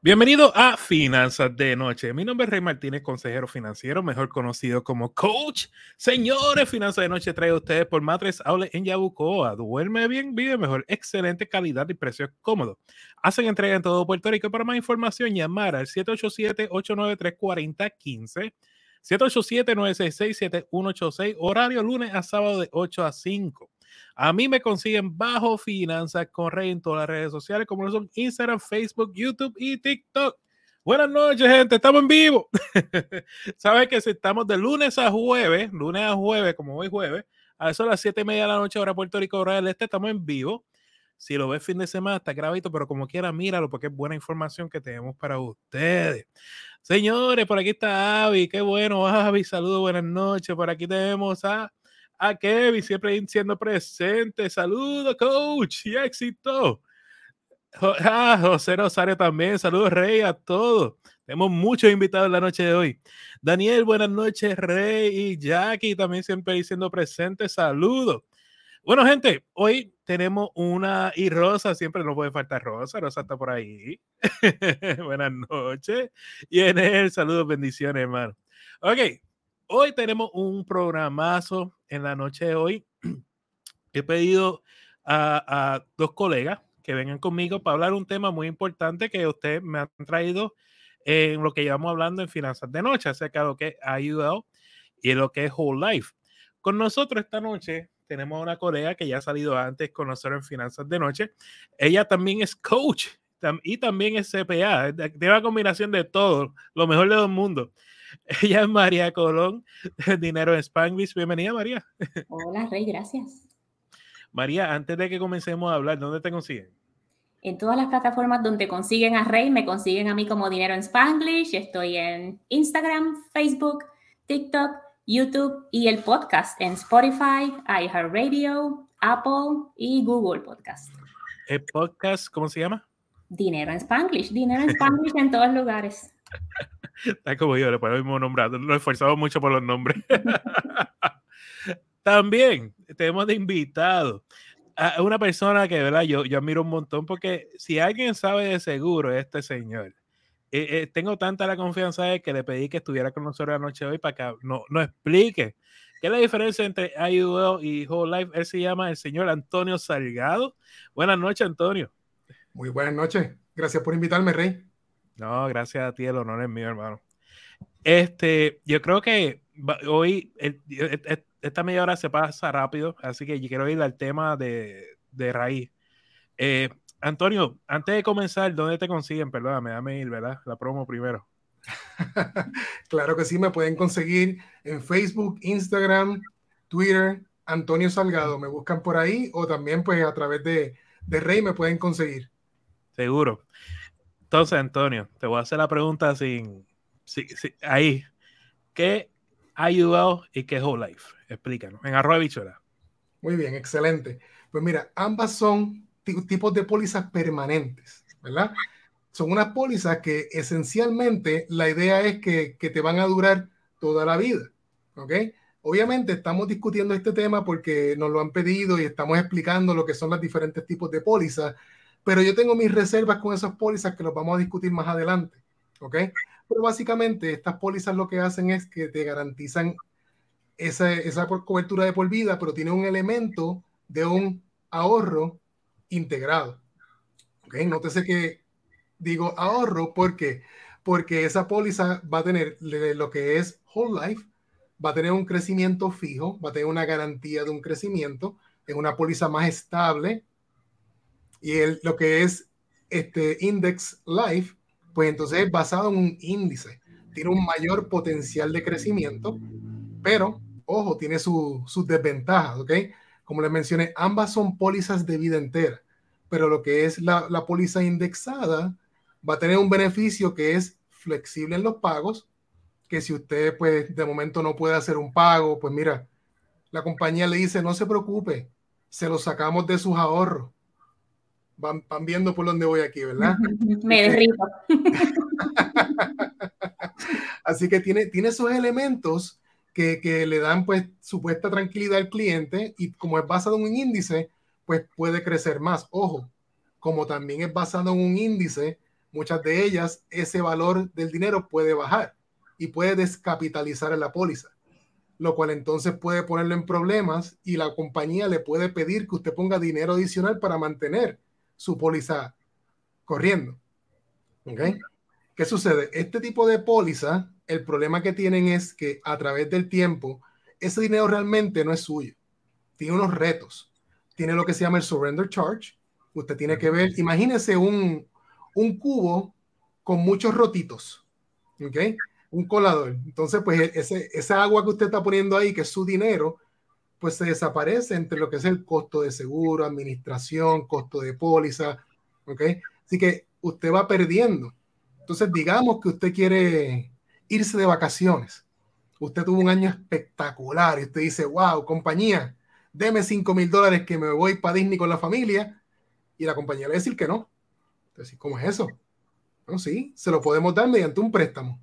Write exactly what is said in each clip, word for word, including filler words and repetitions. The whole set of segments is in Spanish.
Bienvenido a Finanzas de Noche. Mi nombre es Rey Martínez, consejero financiero, mejor conocido como Coach. Señores, Finanzas de Noche trae a ustedes por Matres Outlet en Yabucoa. Duerme bien, vive mejor, excelente calidad y precios cómodos. Hacen entrega en todo Puerto Rico. Para más información, llamar al siete ocho siete, ocho nueve tres, cuatro cero uno cinco, siete ocho siete, nueve seis seis, siete uno ocho seis, horario lunes a sábado de ocho a cinco. A mí me consiguen bajo Finanzas con Rey en todas las redes sociales, como lo son Instagram, Facebook, YouTube y TikTok. Buenas noches, gente. Estamos en vivo. Sabes que si estamos de lunes a jueves, lunes a jueves, como hoy jueves, a eso a las siete y media de la noche, hora Puerto Rico, hora del este, estamos en vivo. Si lo ves fin de semana, está grabadito, pero como quiera, míralo, porque es buena información que tenemos para ustedes. Señores, por aquí está Avi. Qué bueno, Avi. Saludos, buenas noches. Por aquí tenemos a a Kevin, siempre siendo presente. Saludos, coach, y éxito. Ah, José Rosario también. Saludos, Rey, a todos. Tenemos muchos invitados en la noche de hoy. Daniel, buenas noches, Rey. Y Jackie también siempre siendo presente. Saludos. Bueno, gente, hoy tenemos una, y Rosa, siempre no puede faltar Rosa. Rosa está por ahí. Buenas noches. Y en él, saludos, bendiciones, hermano. Ok. Hoy tenemos un programazo en la noche de hoy. He pedido a, a dos colegas que vengan conmigo para hablar un tema muy importante que ustedes me han traído en lo que llevamos hablando en Finanzas de Noche, acerca de lo que ha ayudado y lo que es Whole Life. Con nosotros esta noche tenemos a una colega que ya ha salido antes con nosotros en Finanzas de Noche. Ella también es coach y también es C P A. Tiene una combinación de todo, lo mejor de dos mundos. Ella es María Colón, Dinero en Spanglish. Bienvenida, María. Hola, Rey, gracias. María, antes de que comencemos a hablar, ¿dónde te consiguen? En todas las plataformas donde consiguen a Rey, me consiguen a mí como Dinero en Spanglish. Estoy en Instagram, Facebook, TikTok, YouTube y el podcast en Spotify, iHeartRadio, Apple y Google Podcast. ¿El podcast cómo se llama? Dinero en Spanglish. Dinero en Spanglish en todos lugares. Está como yo, le podemos nombrar. Nos esforzamos mucho por los nombres. También tenemos de invitado a una persona que, ¿verdad? Yo, yo admiro un montón, porque si alguien sabe de seguro es este señor. Eh, eh, tengo tanta la confianza de que le pedí que estuviera con nosotros la noche de hoy para que nos no explique qué es la diferencia entre I U L y Whole Life. Él se llama el señor Antonio Salgado. Buenas noches, Antonio. Muy buenas noches. Gracias por invitarme, Rey. No, gracias a ti, el honor es mío, hermano. Este, yo creo que hoy el, el, esta media hora se pasa rápido, así que yo quiero ir al tema de, de raíz. Eh, Antonio, antes de comenzar, ¿dónde te consiguen? Perdóname, dame ir, ¿verdad? La promo primero. Claro que sí, me pueden conseguir en Facebook, Instagram, Twitter, Antonio Salgado. Me buscan por ahí, o también pues a través de, de Rey me pueden conseguir. Seguro. Entonces, Antonio, te voy a hacer la pregunta sin, sin, sin ahí. ¿Qué ha ayudado y qué es Whole Life? Explícanos. En arroba bichola. Muy bien, excelente. Pues mira, ambas son t- tipos de pólizas permanentes, ¿verdad? Son unas pólizas que esencialmente la idea es que, que te van a durar toda la vida, ¿ok? Obviamente estamos discutiendo este tema porque nos lo han pedido y estamos explicando lo que son los diferentes tipos de pólizas, pero yo tengo mis reservas con esas pólizas que los vamos a discutir más adelante, ¿ok? Pero básicamente estas pólizas lo que hacen es que te garantizan esa, esa cobertura de por vida, pero tiene un elemento de un ahorro integrado, ¿ok? Nótese que digo ahorro porque, porque esa póliza va a tener lo que es Whole Life, va a tener un crecimiento fijo, va a tener una garantía de un crecimiento, es una póliza más estable, y el, lo que es este Index Life, pues entonces es basado en un índice, tiene un mayor potencial de crecimiento, pero, ojo, tiene sus su desventajas, ¿ok? Como les mencioné, ambas son pólizas de vida entera, pero lo que es la, la póliza indexada va a tener un beneficio que es flexible en los pagos, que si usted pues de momento no puede hacer un pago, pues mira, la compañía le dice, no se preocupe, se lo sacamos de sus ahorros. Van, van viendo por dónde voy aquí, ¿verdad? Me derrito. Así que tiene, tiene esos elementos que, que le dan pues supuesta tranquilidad al cliente, y como es basado en un índice, pues puede crecer más. Ojo, como también es basado en un índice, muchas de ellas, ese valor del dinero puede bajar y puede descapitalizar en la póliza, lo cual entonces puede ponerlo en problemas y la compañía le puede pedir que usted ponga dinero adicional para mantener su póliza corriendo. ¿Okay? ¿Qué sucede? Este tipo de póliza, el problema que tienen es que a través del tiempo, ese dinero realmente no es suyo. Tiene unos retos. Tiene lo que se llama el surrender charge. Usted tiene que ver, imagínese un, un cubo con muchos rotitos. ¿Ok? Un colador. Entonces, pues ese, esa agua que usted está poniendo ahí, que es su dinero, pues se desaparece entre lo que es el costo de seguro, administración, costo de póliza. ¿Ok? Así que usted va perdiendo. Entonces, digamos que usted quiere irse de vacaciones. Usted tuvo un año espectacular y usted dice, wow, compañía, deme cinco mil dólares que me voy para Disney con la familia. Y la compañía le va a decir que no. Entonces, ¿cómo es eso? Bueno, sí, se lo podemos dar mediante un préstamo.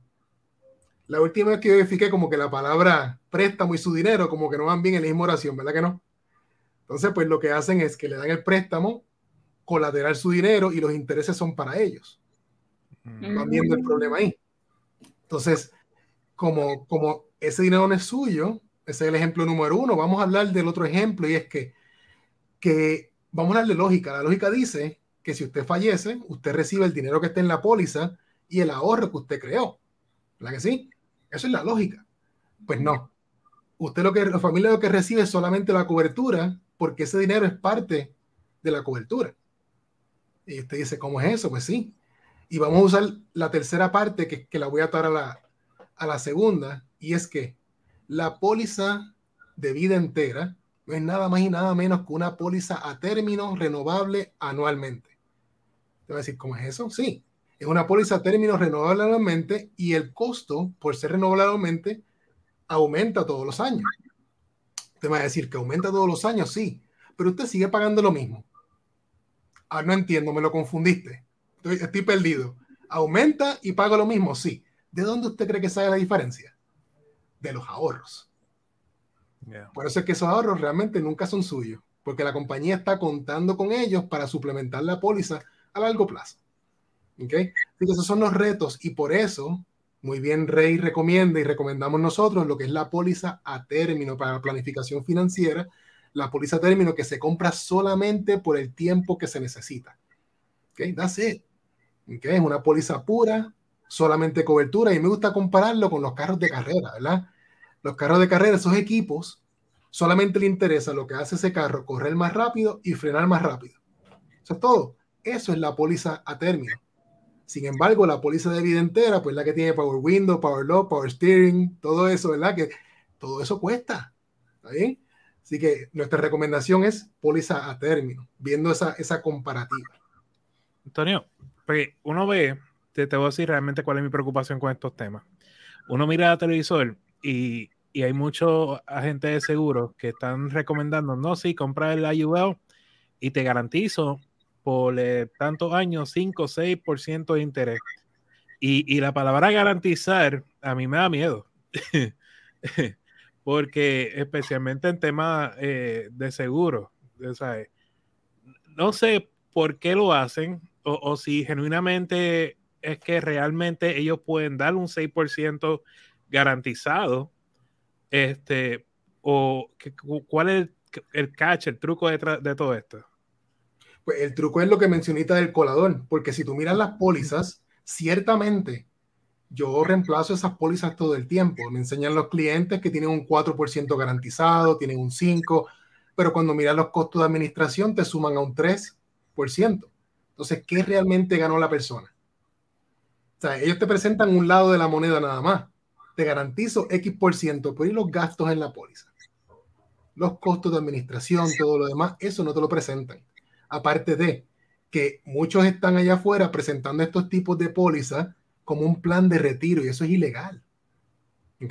La última vez que yo verifiqué como que la palabra préstamo y su dinero como que no van bien en la misma oración, ¿verdad que no? Entonces, pues lo que hacen es que le dan el préstamo, colateral su dinero y los intereses son para ellos. Mm. Van viendo el problema ahí. Entonces, como, como ese dinero no es suyo, ese es el ejemplo número uno, vamos a hablar del otro ejemplo y es que, que vamos a hablar de lógica. La lógica dice que si usted fallece, usted recibe el dinero que está en la póliza y el ahorro que usted creó. ¿Verdad que sí? Eso es la lógica. Pues no. Usted lo que, la familia lo que recibe es solamente la cobertura porque ese dinero es parte de la cobertura. Y usted dice, ¿cómo es eso? Pues sí. Y vamos a usar la tercera parte que, que la voy a atar a la, a la segunda, y es que la póliza de vida entera no es nada más y nada menos que una póliza a término renovable anualmente. Te voy a decir, ¿cómo es eso? Sí. Es una póliza a término renovable anualmente y el costo por ser renovable anualmente aumenta todos los años. Te va a decir que aumenta todos los años, sí, pero usted sigue pagando lo mismo. Ah, no entiendo, me lo confundiste. Estoy, estoy perdido. ¿Aumenta y paga lo mismo? Sí. ¿De dónde usted cree que sale la diferencia? De los ahorros. Yeah. Por eso es que esos ahorros realmente nunca son suyos, porque la compañía está contando con ellos para suplementar la póliza a largo plazo. ¿Ok? Así que esos son los retos y por eso, muy bien Rey recomienda y recomendamos nosotros lo que es la póliza a término para la planificación financiera, la póliza a término que se compra solamente por el tiempo que se necesita. ¿Ok? That's it. ¿Ok? Es una póliza pura, solamente cobertura y me gusta compararlo con los carros de carrera, ¿verdad? Los carros de carrera, esos equipos, solamente le interesa lo que hace ese carro, correr más rápido y frenar más rápido. Eso es todo. Eso es la póliza a término. Sin embargo, la póliza de vida entera, pues la que tiene Power Window, Power Lock, Power Steering, todo eso, ¿verdad? Que todo eso cuesta. ¿Está bien? Así que nuestra recomendación es póliza a término, viendo esa, esa comparativa. Antonio, porque uno ve, te, te voy a decir realmente cuál es mi preocupación con estos temas. Uno mira el televisor y, y hay muchos agentes de seguros que están recomendando, no, sí, compra el I U L y te garantizo por eh, tantos años cinco o seis por ciento de interés. Y, y la palabra garantizar a mí me da miedo. Porque especialmente en temas eh, de seguro, ¿sabes? No sé por qué lo hacen o, o si genuinamente es que realmente ellos pueden dar un seis por ciento garantizado, este, o que, cuál es el, el catch, el truco de, de todo esto. Pues el truco es lo que mencionita del colador, porque si tú miras las pólizas, ciertamente yo reemplazo esas pólizas todo el tiempo. Me enseñan los clientes que tienen un cuatro por ciento garantizado, tienen un cinco por ciento, pero cuando miras los costos de administración te suman a un tres por ciento. Entonces, ¿qué realmente ganó la persona? O sea, ellos te presentan un lado de la moneda nada más. Te garantizo X por ciento, pero ¿y los gastos en la póliza? Los costos de administración, todo lo demás, eso no te lo presentan. Aparte de que muchos están allá afuera presentando estos tipos de pólizas como un plan de retiro y eso es ilegal. ¿Ok?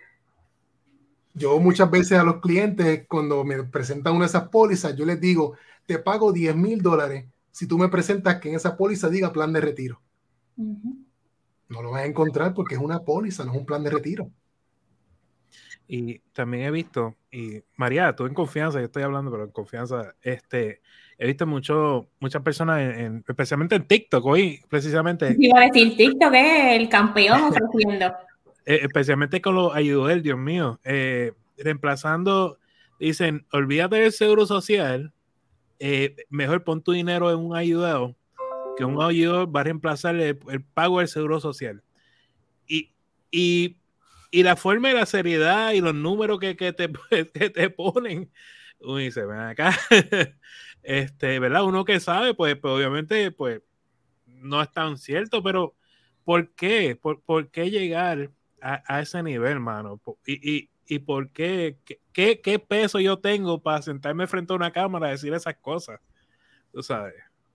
Yo muchas veces a los clientes cuando me presentan una de esas pólizas, yo les digo, te pago diez mil dólares si tú me presentas que en esa póliza diga plan de retiro. Uh-huh. No lo vas a encontrar porque es una póliza, no es un plan de retiro. Y también he visto, y María, tú en confianza, yo estoy hablando, pero en confianza, este, he visto mucho, muchas personas, en, en, especialmente en TikTok, hoy precisamente. Iba a decir TikTok es el campeón ofreciendo. Especialmente con los ayudantes, Dios mío, eh, reemplazando, dicen, olvídate del seguro social, eh, mejor pon tu dinero en un ayudado, que un ayudador va a reemplazar el, el pago del seguro social. Y, y, y la forma y la seriedad y los números que, que, te, que te ponen, uno dice, ven acá, este, ¿verdad? Uno que sabe, pues, pues obviamente, pues, no es tan cierto, pero ¿por qué? ¿Por, por qué llegar a, a ese nivel, mano? Y, y, y por qué, qué, qué peso yo tengo para sentarme frente a una cámara a decir esas cosas, tú sabes.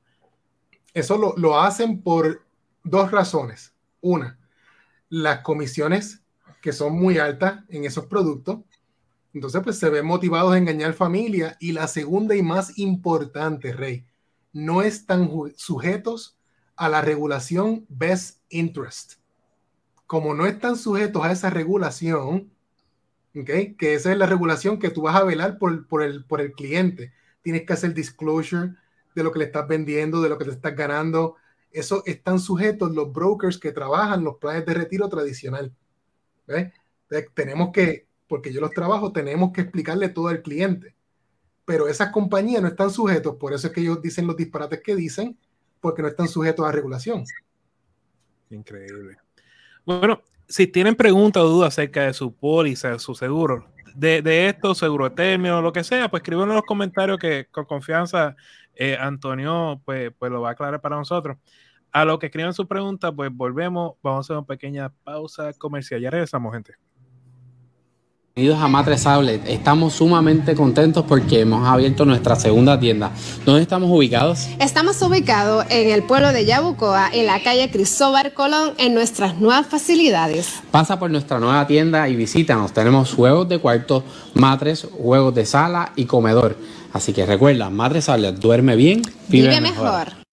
Eso lo, lo hacen por dos razones. Una, las comisiones que son muy altas en esos productos. Entonces, pues se ven motivados a engañar familia. Y la segunda y más importante, Rey, no están sujetos a la regulación Best Interest. Como no están sujetos a esa regulación, ¿okay? Que esa es la regulación que tú vas a velar por, por, el, por el cliente. Tienes que hacer disclosure de lo que le estás vendiendo, de lo que te estás ganando. Eso están sujetos los brokers que trabajan los planes de retiro tradicional. ¿Ves? Entonces, tenemos que, porque yo los trabajo, tenemos que explicarle todo al cliente. Pero esas compañías no están sujetos, por eso es que ellos dicen los disparates que dicen, porque no están sujetos a regulación. Increíble. Bueno, si tienen preguntas o dudas acerca de su póliza, de su seguro, de, de esto, seguro de término, lo que sea, pues escriban en los comentarios que con confianza eh, Antonio pues, pues lo va a aclarar para nosotros. A lo que escriban sus preguntas, pues volvemos, vamos a hacer una pequeña pausa comercial. Ya regresamos, gente. Bienvenidos a Matres Outlet. Estamos sumamente contentos porque hemos abierto nuestra segunda tienda. ¿Dónde estamos ubicados? Estamos ubicados en el pueblo de Yabucoa, en la calle Cristóbal Colón, en nuestras nuevas facilidades. Pasa por nuestra nueva tienda y visítanos. Tenemos juegos de cuarto, matres, juegos de sala y comedor. Así que recuerda, Matres Outlet, duerme bien, vive, vive mejor. mejor.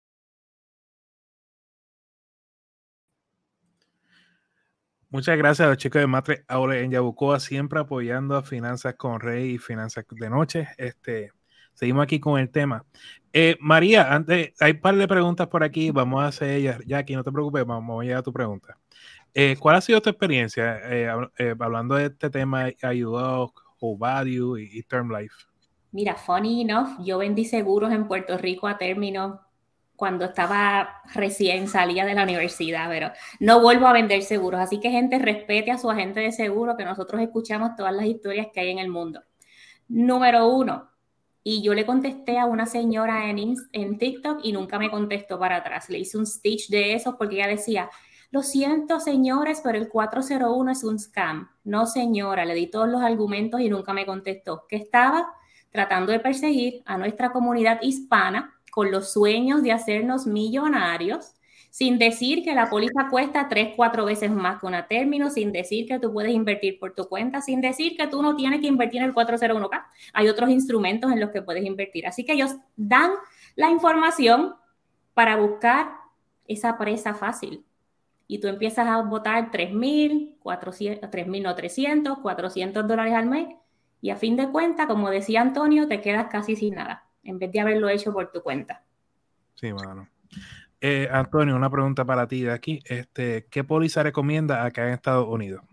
Muchas gracias a los chicos de Matres Outlet en Yabucoa, siempre apoyando a Finanzas con Rey y Finanzas de Noche. Este, seguimos aquí con el tema. Eh, María, antes, hay un par de preguntas por aquí, vamos a hacer ellas. Jackie, no te preocupes, vamos a llegar a tu pregunta. Eh, ¿Cuál ha sido tu experiencia eh, eh, hablando de este tema, ayudados, whole value y, y term life? Mira, funny enough, yo vendí seguros en Puerto Rico a término cuando estaba recién salía de la universidad, pero no vuelvo a vender seguros. Así que, gente, respete a su agente de seguro, que nosotros escuchamos todas las historias que hay en el mundo. Número uno, y yo le contesté a una señora en, en TikTok y nunca me contestó para atrás. Le hice un stitch de eso porque ella decía, lo siento, señores, pero el cuatro cero uno es un scam. No, señora, le di todos los argumentos y nunca me contestó. Que estaba tratando de perseguir a nuestra comunidad hispana con los sueños de hacernos millonarios, sin decir que la póliza cuesta tres, cuatro veces más que una término, sin decir que tú puedes invertir por tu cuenta, sin decir que tú no tienes que invertir en el cuatro cero uno K. Hay otros instrumentos en los que puedes invertir. Así que ellos dan la información para buscar esa presa fácil. Y tú empiezas a botar tres mil, cuatrocientos, tres mil, no trescientos, cuatrocientos dólares al mes. Y a fin de cuentas, como decía Antonio, te quedas casi sin nada, en vez de haberlo hecho por tu cuenta. Sí, mano. Eh, Antonio, una pregunta para ti de aquí. Este, ¿qué póliza recomienda acá en Estados Unidos?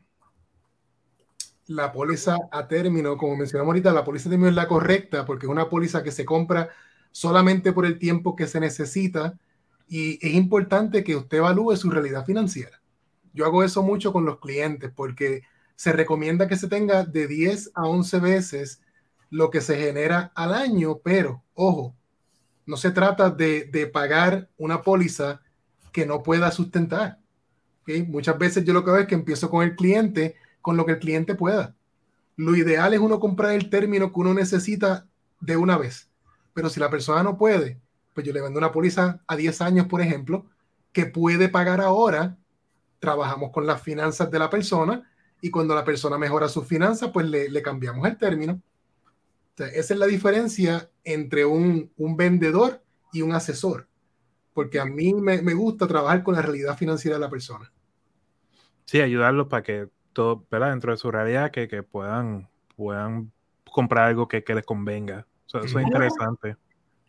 La póliza a término, como mencionamos ahorita, la póliza a término es la correcta porque es una póliza que se compra solamente por el tiempo que se necesita y es importante que usted evalúe su realidad financiera. Yo hago eso mucho con los clientes porque se recomienda que se tenga de diez a once veces lo que se genera al año, pero, ojo, no se trata de, de pagar una póliza que no pueda sustentar. ¿Okay? Muchas veces yo lo que veo es que empiezo con el cliente con lo que el cliente pueda. Lo ideal es uno comprar el término que uno necesita de una vez. Pero si la persona no puede, pues yo le vendo una póliza a diez años, por ejemplo, que puede pagar ahora. Trabajamos con las finanzas de la persona y cuando la persona mejora sus finanzas, pues le, le cambiamos el término. O sea, esa es la diferencia entre un, un vendedor y un asesor, porque a mí me, me gusta trabajar con la realidad financiera de la persona. Sí, ayudarlos para que todo, ¿verdad? Dentro de su realidad, que, que puedan, puedan comprar algo que, que les convenga. O sea, eso es interesante.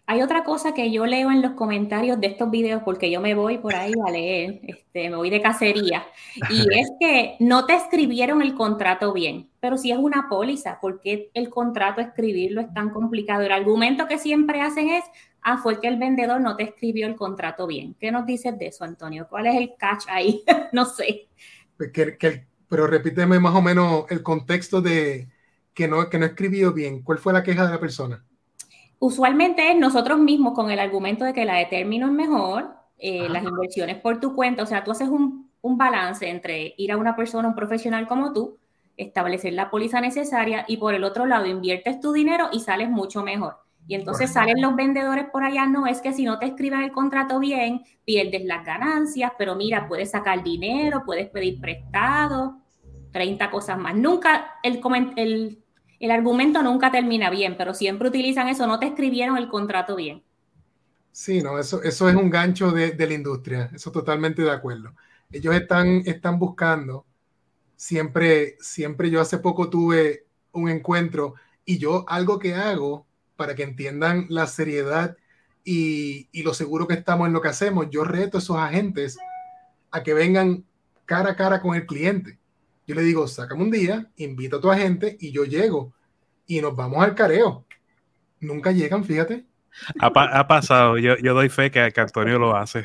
Hay otra cosa que yo leo en los comentarios de estos videos, porque yo me voy por ahí a leer, este, me voy de cacería, y es que no te escribieron el contrato bien, pero si es una póliza, ¿por qué el contrato escribirlo es tan complicado? El argumento que siempre hacen es, ah, fue que el vendedor no te escribió el contrato bien. ¿Qué nos dices de eso, Antonio? ¿Cuál es el catch ahí? No sé. Que, que, pero repíteme más o menos el contexto de que no, que no escribió bien. ¿Cuál fue la queja de la persona? Usualmente es nosotros mismos con el argumento de que la de término es mejor, eh, las inversiones por tu cuenta, o sea, tú haces un, un balance entre ir a una persona, un profesional como tú, establecer la póliza necesaria y por el otro lado inviertes tu dinero y sales mucho mejor. Y entonces bueno, salen los vendedores por allá, no, es que si no te escriben el contrato bien, pierdes las ganancias, pero mira, puedes sacar dinero, puedes pedir prestado, treinta cosas más. Nunca el, el El argumento nunca termina bien, pero siempre utilizan eso, no te escribieron el contrato bien. Sí, no, eso, eso es un gancho de, de la industria, eso totalmente de acuerdo. Ellos están, están buscando, siempre, siempre yo hace poco tuve un encuentro y yo algo que hago para que entiendan la seriedad y, y lo seguro que estamos en lo que hacemos, yo reto a esos agentes a que vengan cara a cara con el cliente. Yo le digo, sácame un día, invita a tu agente y yo llego y nos vamos al careo. Nunca llegan, fíjate. Ha, pa ha pasado, yo, yo doy fe que, que Antonio lo hace.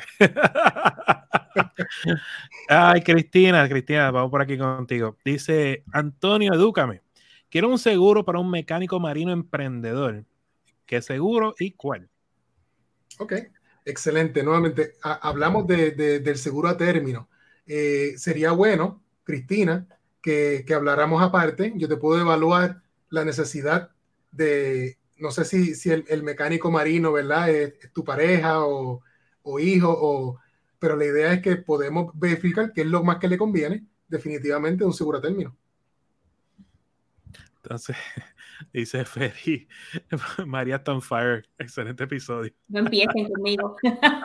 Ay, Cristina, Cristina, vamos por aquí contigo. Dice, Antonio, edúcame. Quiero un seguro para un mecánico marino emprendedor. ¿Qué seguro y cuál? Ok, excelente. Nuevamente, a, hablamos de, de, del seguro a término. Eh, sería bueno, Cristina, que, que habláramos aparte. Yo te puedo evaluar la necesidad de, no sé si, si el, el mecánico marino, ¿verdad? Es, es tu pareja o, o hijo, o, pero la idea es que podemos verificar qué es lo más que le conviene, definitivamente, un seguro a término. Entonces, dice Ferry, María está on fire. Excelente episodio. No empiecen conmigo.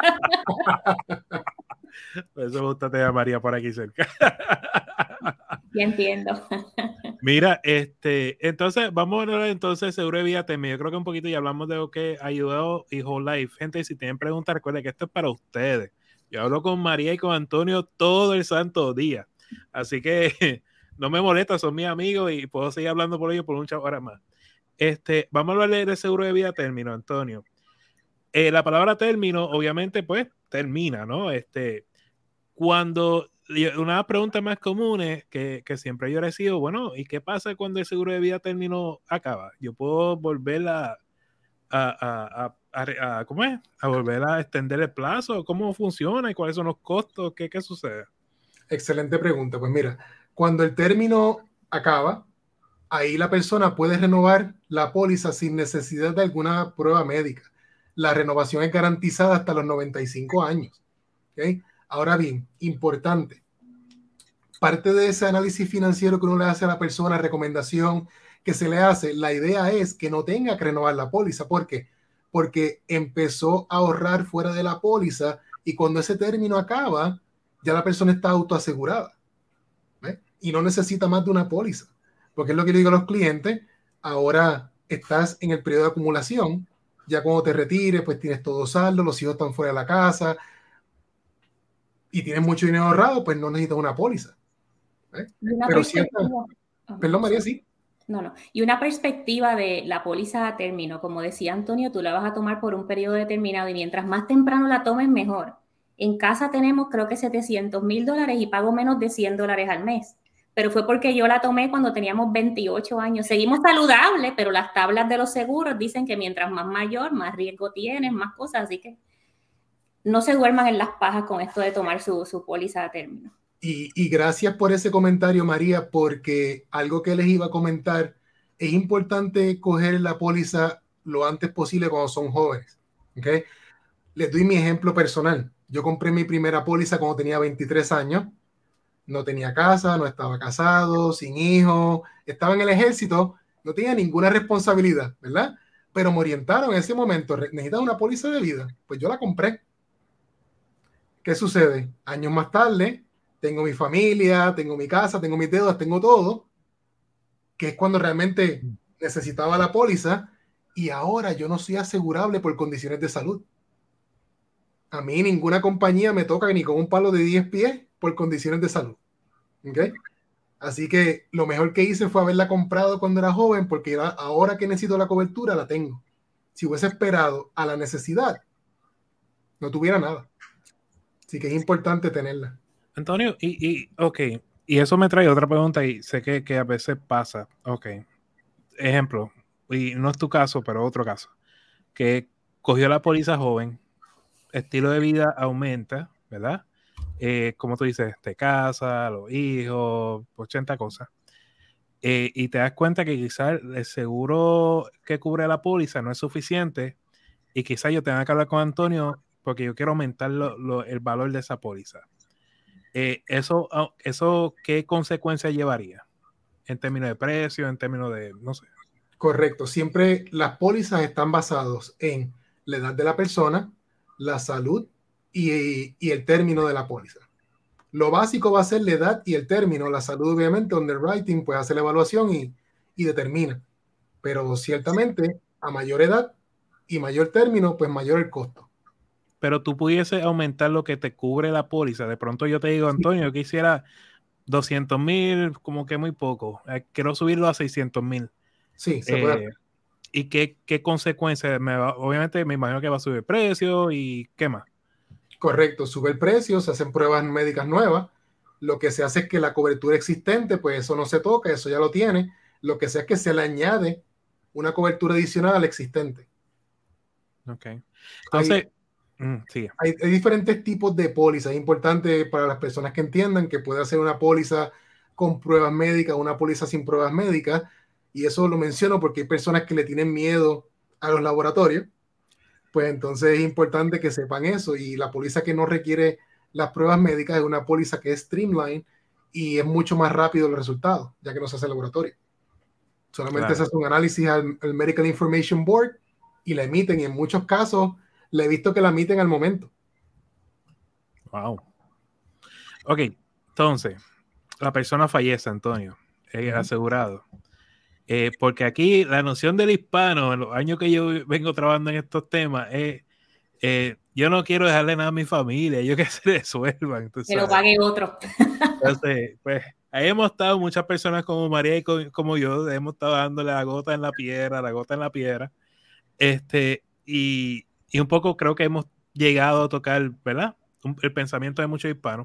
Por eso me gusta tener a María por aquí cerca. Ya entiendo. Mira, este, entonces, vamos a hablar entonces de seguro de vida término. Yo creo que un poquito ya hablamos de lo que ha ayudado y Whole Life. Gente, si tienen preguntas, recuerden que esto es para ustedes. Yo hablo con María y con Antonio todo el santo día. Así que no me molesta, son mis amigos y puedo seguir hablando por ellos por muchas horas más. Este, vamos a hablar de seguro de vida término, Antonio. Eh, la palabra término, obviamente, pues, termina, ¿no? Este, cuando, una pregunta más común es que, que siempre yo recibo, bueno, ¿y qué pasa cuando el seguro de vida término acaba? ¿Yo puedo volver a, a, a, a, a, ¿cómo es? a volver a extender el plazo? ¿Cómo funciona y cuáles son los costos? ¿Qué, qué sucede? Excelente pregunta. Pues mira, cuando el término acaba, ahí la persona puede renovar la póliza sin necesidad de alguna prueba médica. La renovación es garantizada hasta los noventa y cinco años. ¿Okay? Ahora bien, importante, parte de ese análisis financiero que uno le hace a la persona, recomendación que se le hace, la idea es que no tenga que renovar la póliza. ¿Por qué? Porque empezó a ahorrar fuera de la póliza y cuando ese término acaba, ya la persona está autoasegurada, ¿eh? Y no necesita más de una póliza. Porque es lo que le digo a los clientes, ahora estás en el periodo de acumulación, ya cuando te retires, pues tienes todo saldo, los hijos están fuera de la casa y tienes mucho dinero ahorrado, pues no necesitas una póliza. ¿Eh? Una Pero cierta... oh, Perdón, María, sí. No, no. Y una perspectiva de la póliza a término, como decía Antonio, tú la vas a tomar por un periodo determinado y mientras más temprano la tomes, mejor. En casa tenemos creo que setecientos mil dólares y pago menos de cien dólares al mes. Pero fue porque yo la tomé cuando teníamos veintiocho años. Seguimos saludables, pero las tablas de los seguros dicen que mientras más mayor, más riesgo tienes, más cosas. Así que no se duerman en las pajas con esto de tomar su, su póliza a término. Y, y gracias por ese comentario, María, porque algo que les iba a comentar, es importante coger la póliza lo antes posible cuando son jóvenes. ¿Okay? Les doy mi ejemplo personal. Yo compré mi primera póliza cuando tenía veintitrés años. No tenía casa, no estaba casado, sin hijos, estaba en el ejército, no tenía ninguna responsabilidad, ¿verdad? Pero me orientaron en ese momento, necesitas una póliza de vida. Pues yo la compré. ¿Qué sucede? Años más tarde, tengo mi familia, tengo mi casa, tengo mis deudas, tengo todo, que es cuando realmente necesitaba la póliza y ahora yo no soy asegurable por condiciones de salud. A mí ninguna compañía me toca ni con un palo de diez pies por condiciones de salud. ¿Okay? Así que lo mejor que hice fue haberla comprado cuando era joven, porque era, ahora que necesito la cobertura, la tengo. Si hubiese esperado a la necesidad, no tuviera nada. Así que es importante tenerla. Antonio, y, y ok, y eso me trae otra pregunta y sé que, que a veces pasa. Ok, ejemplo, y no es tu caso, pero otro caso, que cogió la póliza joven, estilo de vida aumenta, ¿verdad? Eh, como tú dices, te casas, los hijos, ochenta cosas. Eh, y te das cuenta que quizás el seguro que cubre la póliza no es suficiente y quizás yo tenga que hablar con Antonio porque yo quiero aumentar lo, lo, el valor de esa póliza. Eh, eso, eso, ¿qué consecuencias llevaría? En términos de precio, en términos de, no sé. Correcto. Siempre las pólizas están basadas en la edad de la persona, la salud y, y el término de la póliza. Lo básico va a ser la edad y el término. La salud, obviamente, underwriting, pues hace la evaluación y, y determina. Pero ciertamente, a mayor edad y mayor término, pues mayor el costo. Pero tú pudiese aumentar lo que te cubre la póliza. De pronto yo te digo, Antonio, yo quisiera doscientos mil, como que muy poco. Eh, quiero subirlo a seiscientos mil. Sí, se eh, puede hacer. ¿Y qué, qué consecuencias? Me va, obviamente me imagino que va a subir el precio y ¿qué más? Correcto, sube el precio, se hacen pruebas médicas nuevas. Lo que se hace es que la cobertura existente, pues eso no se toca, eso ya lo tiene. Lo que se hace es que se le añade una cobertura adicional al existente. Ok. Entonces, hay, mm, sí. hay, hay diferentes tipos de pólizas. Es importante para las personas que entiendan que puede hacer una póliza con pruebas médicas, una póliza sin pruebas médicas. Y eso lo menciono porque hay personas que le tienen miedo a los laboratorios. Pues entonces es importante que sepan eso. Y la póliza que no requiere las pruebas médicas es una póliza que es streamline y es mucho más rápido el resultado, ya que no se hace laboratorio. Solamente Claro. se hace un análisis al, al Medical Information Board y la emiten. Y en muchos casos le he visto que la emiten al momento. Wow. Ok, entonces, la persona fallece, Antonio, eh, uh-huh. asegurado. Eh, porque aquí la noción del hispano, en los años que yo vengo trabajando en estos temas, es, eh, yo no quiero dejarle nada a mi familia, yo que se resuelvan. Que lo pague otro. Entonces, pues, ahí hemos estado muchas personas como María y como yo, hemos estado dándole la gota en la piedra, la gota en la piedra, este, y, y un poco creo que hemos llegado a tocar, ¿verdad? Un, el pensamiento de muchos hispanos.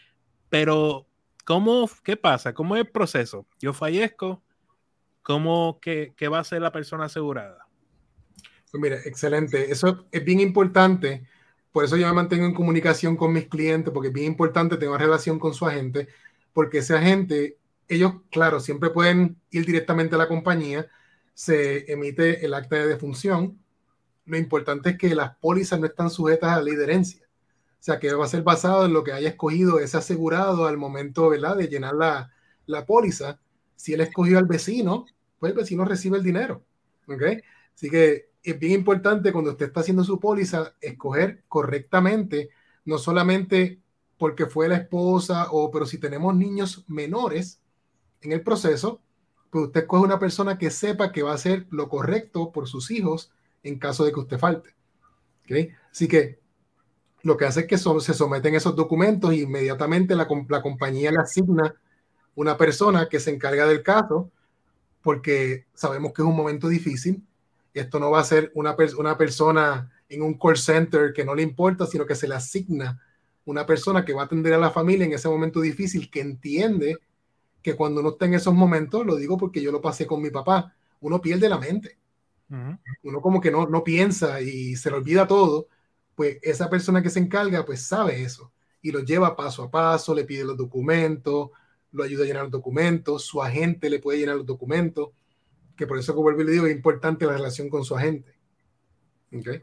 Pero, ¿cómo, qué pasa? ¿Cómo es el proceso? Yo fallezco, ¿cómo, qué, qué va a hacer la persona asegurada? Pues mira, excelente. Eso es bien importante. Por eso yo me mantengo en comunicación con mis clientes, porque es bien importante tener una relación con su agente, porque ese agente, ellos, claro, siempre pueden ir directamente a la compañía, se emite el acta de defunción. Lo importante es que las pólizas no están sujetas a la ley de herencia. O sea, que va a ser basado en lo que haya escogido ese asegurado al momento, ¿verdad?, de llenar la, la póliza. Si él escogió al vecino, pues el vecino recibe el dinero. ¿Ok? Así que es bien importante cuando usted está haciendo su póliza escoger correctamente, no solamente porque fue la esposa, o, pero si tenemos niños menores en el proceso, pues usted escoge una persona que sepa que va a hacer lo correcto por sus hijos en caso de que usted falte. ¿Okay? Así que lo que hace es que son, se someten esos documentos y inmediatamente la, la compañía le asigna una persona que se encarga del caso, porque sabemos que es un momento difícil. Esto no va a ser una, una persona en un call center que no le importa, sino que se le asigna una persona que va a atender a la familia en ese momento difícil, que entiende que cuando uno está en esos momentos, lo digo porque yo lo pasé con mi papá, uno pierde la mente. Uh-huh. Uno como que no, no piensa y se le olvida todo. Pues esa persona que se encarga, pues sabe eso y lo lleva paso a paso, le pide los documentos, lo ayuda a llenar los documentos, su agente le puede llenar los documentos, que por eso, como vuelvo y le digo, es importante la relación con su agente. ¿Okay?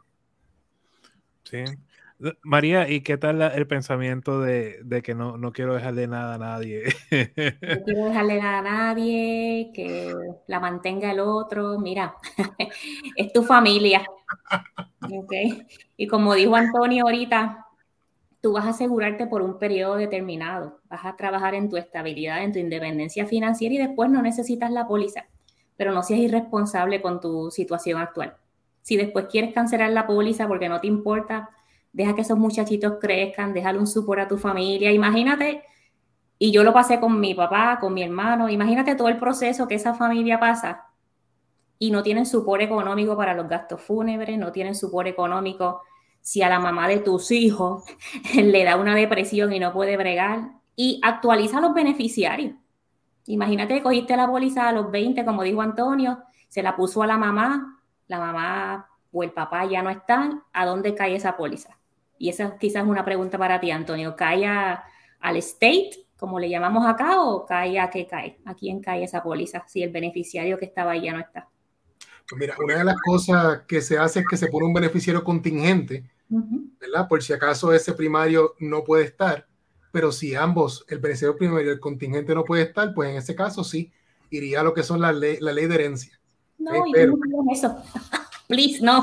Sí. María, ¿y qué tal la, el pensamiento de, de que no, no quiero dejarle nada a nadie? No quiero dejarle nada a nadie, que la mantenga el otro. Mira, es tu familia. Okay. Y como dijo Antonio ahorita, tú vas a asegurarte por un periodo determinado. Vas a trabajar en tu estabilidad, en tu independencia financiera y después no necesitas la póliza. pero no seas irresponsable con tu situación actual. Si después quieres cancelar la póliza porque no te importa, deja que esos muchachitos crezcan, déjale un support a tu familia. Imagínate, y yo lo pasé con mi papá, con mi hermano, imagínate todo el proceso que esa familia pasa y no tienen support económico para los gastos fúnebres, no tienen support económico si a la mamá de tus hijos le da una depresión y no puede bregar. Y actualiza los beneficiarios. Imagínate que cogiste la póliza a los veinte, como dijo Antonio, se la puso a la mamá, la mamá o el papá ya no están, ¿a dónde cae esa póliza? Y esa quizás es una pregunta para ti, Antonio. ¿Cae a, al estate, como le llamamos acá, o cae a qué cae? ¿A quién cae esa póliza si el beneficiario que estaba ahí ya no está? Pues mira, una de las cosas que se hace es que se pone un beneficiario contingente, uh-huh. ¿verdad? Por si acaso ese primario no puede estar. Pero si ambos, el beneficiario primario y el contingente no puede estar, pues en ese caso sí, iría a lo que son la ley, la ley de herencia. No, ¿okay? y Pero, no eso. Please, no.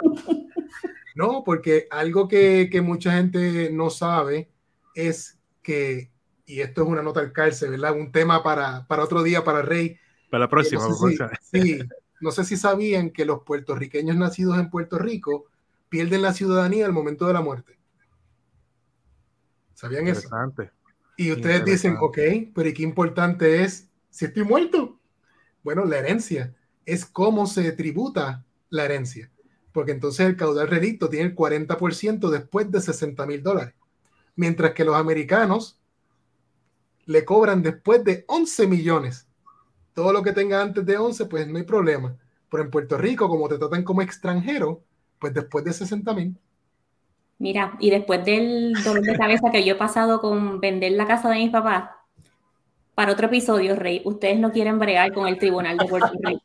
No, porque algo que, que mucha gente no sabe es que, y esto es una nota al cárcel, ¿verdad? Un tema para, para otro día, para Rey. Para la próxima. No sé, si, sí, no sé si sabían que los puertorriqueños nacidos en Puerto Rico pierden la ciudadanía al momento de la muerte. ¿Sabían eso? Y ustedes dicen, ok, pero ¿y qué importante es si estoy muerto? Bueno, la herencia es cómo se tributa la herencia, porque entonces el caudal relicto tiene el cuarenta por ciento después de sesenta mil dólares, mientras que los americanos le cobran después de once millones. Todo lo que tenga antes de once, pues no hay problema. Pero en Puerto Rico, como te tratan como extranjero, pues después de sesenta mil. Mira, y después del dolor de cabeza que yo he pasado con vender la casa de mis papás, para otro episodio, Rey, ustedes no quieren bregar con el Tribunal de Puerto Rico.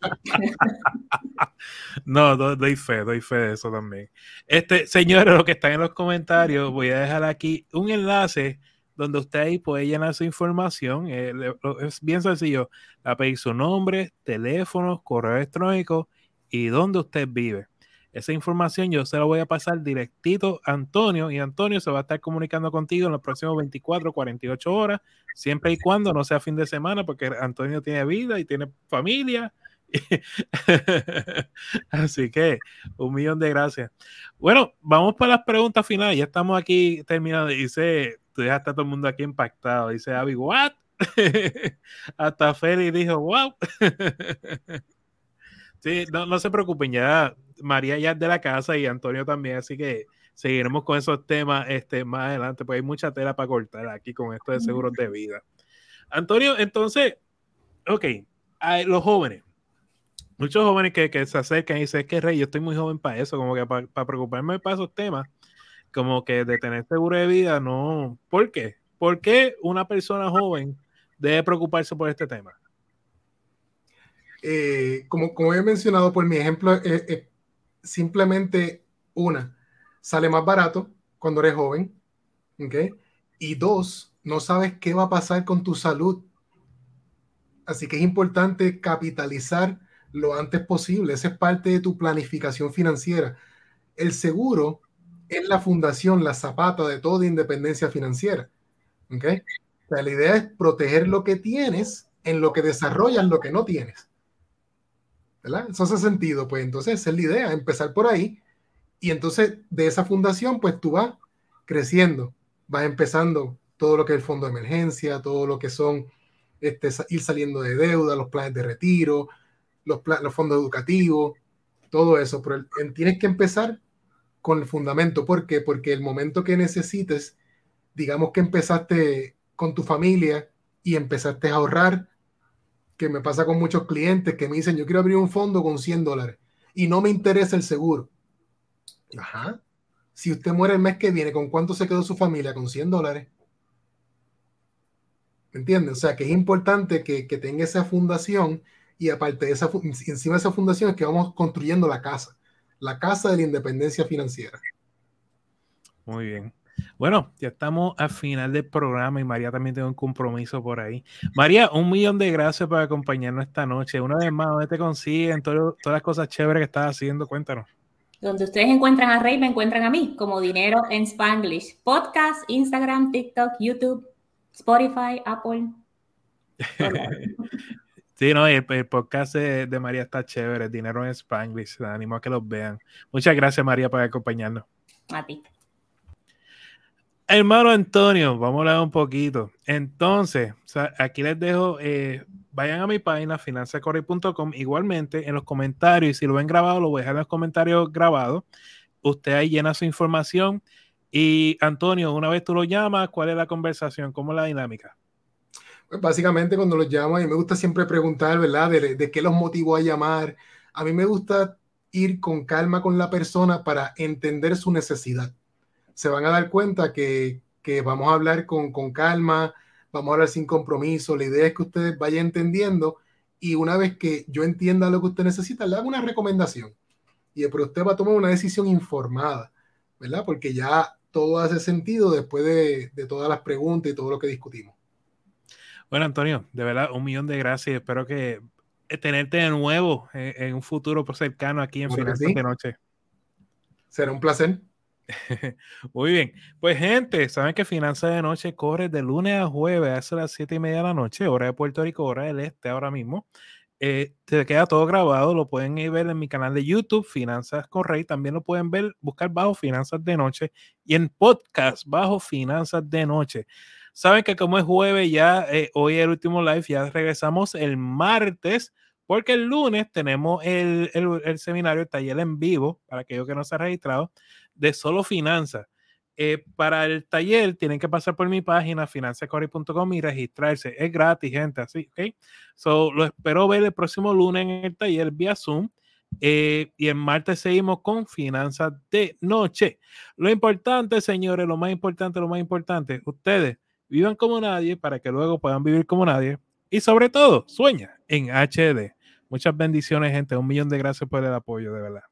No, do, doy fe, doy fe de eso también. Este, señores, los que están en los comentarios, voy a dejar aquí un enlace donde usted ahí puede llenar su información. Eh, es bien sencillo. Va a pedir su nombre, teléfono, correo electrónico y dónde usted vive. Esa información yo se la voy a pasar directito a Antonio y Antonio se va a estar comunicando contigo en los próximos veinticuatro, cuarenta y ocho horas, siempre y cuando no sea fin de semana, porque Antonio tiene vida y tiene familia. Así que un millón de gracias. Bueno, vamos para las preguntas finales. Ya estamos aquí terminando. Dice, tú dejaste a todo el mundo aquí impactado. Dice Abby, ¿what? Hasta Feli dijo, wow. Sí, no, no se preocupen, ya María ya es de la casa y Antonio también, así que seguiremos con esos temas este, más adelante, porque hay mucha tela para cortar aquí con esto de seguros de vida. Antonio, entonces, ok, hay los jóvenes, muchos jóvenes que, que se acercan y dicen, es que Rey, yo estoy muy joven para eso, como que para, para preocuparme para esos temas, como que de tener seguro de vida, no. ¿Por qué? ¿Por qué una persona joven debe preocuparse por este tema? Eh, como, como he mencionado, por mi ejemplo, eh, eh, simplemente una, sale más barato cuando eres joven, ¿okay? Y dos, no sabes qué va a pasar con tu salud. Así que es importante capitalizar lo antes posible. Esa es parte de tu planificación financiera. El seguro es la fundación, la zapata de toda independencia financiera. ¿Okay? O sea, la idea es proteger lo que tienes en lo que desarrollas lo que no tienes. ¿Verdad? Eso hace sentido, pues entonces esa es la idea, empezar por ahí y entonces de esa fundación pues tú vas creciendo, vas empezando todo lo que es el fondo de emergencia, todo lo que son este, ir saliendo de deuda, los planes de retiro, los, plan, los fondos educativos, todo eso, pero el, tienes que empezar con el fundamento. ¿Por qué? Porque el momento que necesites, digamos que empezaste con tu familia y empezaste a ahorrar, que me pasa con muchos clientes que me dicen, yo quiero abrir un fondo con cien dólares y no me interesa el seguro. Ajá. Si usted muere el mes que viene, ¿con cuánto se quedó su familia? Con cien dólares. ¿Me entiendes? O sea, que es importante que, que tenga esa fundación y aparte de esa, encima de esa fundación es que vamos construyendo la casa, la casa de la independencia financiera. Muy bien. Bueno, ya estamos al final del programa y María también tiene un compromiso por ahí. María, un millón de gracias por acompañarnos esta noche. Una vez más, ¿dónde te consiguen? Todo, todas las cosas chéveres que estás haciendo, cuéntanos. Donde ustedes encuentran a Rey, me encuentran a mí, como Dinero en Spanglish. Podcast, Instagram, TikTok, YouTube, Spotify, Apple. Sí, no, el, el podcast de, de María está chévere, Dinero en Spanglish, les animo a que los vean. Muchas gracias, María, por acompañarnos. A ti. Hermano Antonio, vamos a hablar un poquito. Entonces, o sea, aquí les dejo, eh, vayan a mi página finanzas correy punto com, igualmente en los comentarios, y si lo ven grabado, lo voy a dejar en los comentarios grabados. Usted ahí llena su información. Y Antonio, una vez tú lo llamas, ¿cuál es la conversación? ¿Cómo es la dinámica? Pues básicamente cuando los llamo, a mí me gusta siempre preguntar, ¿verdad? De, de qué los motivó a llamar. A mí me gusta ir con calma con la persona para entender su necesidad. Se van a dar cuenta que, que vamos a hablar con, con calma, vamos a hablar sin compromiso. La idea es que ustedes vayan entendiendo, y una vez que yo entienda lo que usted necesita, le hago una recomendación. Y pero usted va a tomar una decisión informada, ¿verdad? Porque ya todo hace sentido después de, de todas las preguntas y todo lo que discutimos. Bueno, Antonio, de verdad, un millón de gracias. Espero que tenerte de nuevo en, en un futuro cercano aquí en Claro que Finanzas sí. de Noche. Será un placer. Muy bien. Pues, gente, saben que Finanzas de Noche corre de lunes a jueves a eso las siete y media de la noche, hora de Puerto Rico, hora del este ahora mismo. Eh, se queda todo grabado, lo pueden ir ver en mi canal de YouTube, Finanzas con Rey. También lo pueden ver, buscar bajo Finanzas de Noche, y en podcast bajo Finanzas de Noche. Saben que como es jueves, ya eh, hoy es el último live, ya regresamos el martes, porque el lunes tenemos el, el, el seminario, el taller en vivo, para aquellos que no se han registrado, de solo finanzas. Eh, para el taller tienen que pasar por mi página finanzas correy punto com y registrarse. Es gratis, gente, así, ¿ok? So, lo espero ver el próximo lunes en el taller vía Zoom. Eh, y el martes seguimos con Finanzas de Noche. Lo importante, señores, lo más importante, lo más importante, ustedes vivan como nadie para que luego puedan vivir como nadie. Y sobre todo, sueña en H D. Muchas bendiciones, gente. Un millón de gracias por el apoyo, de verdad.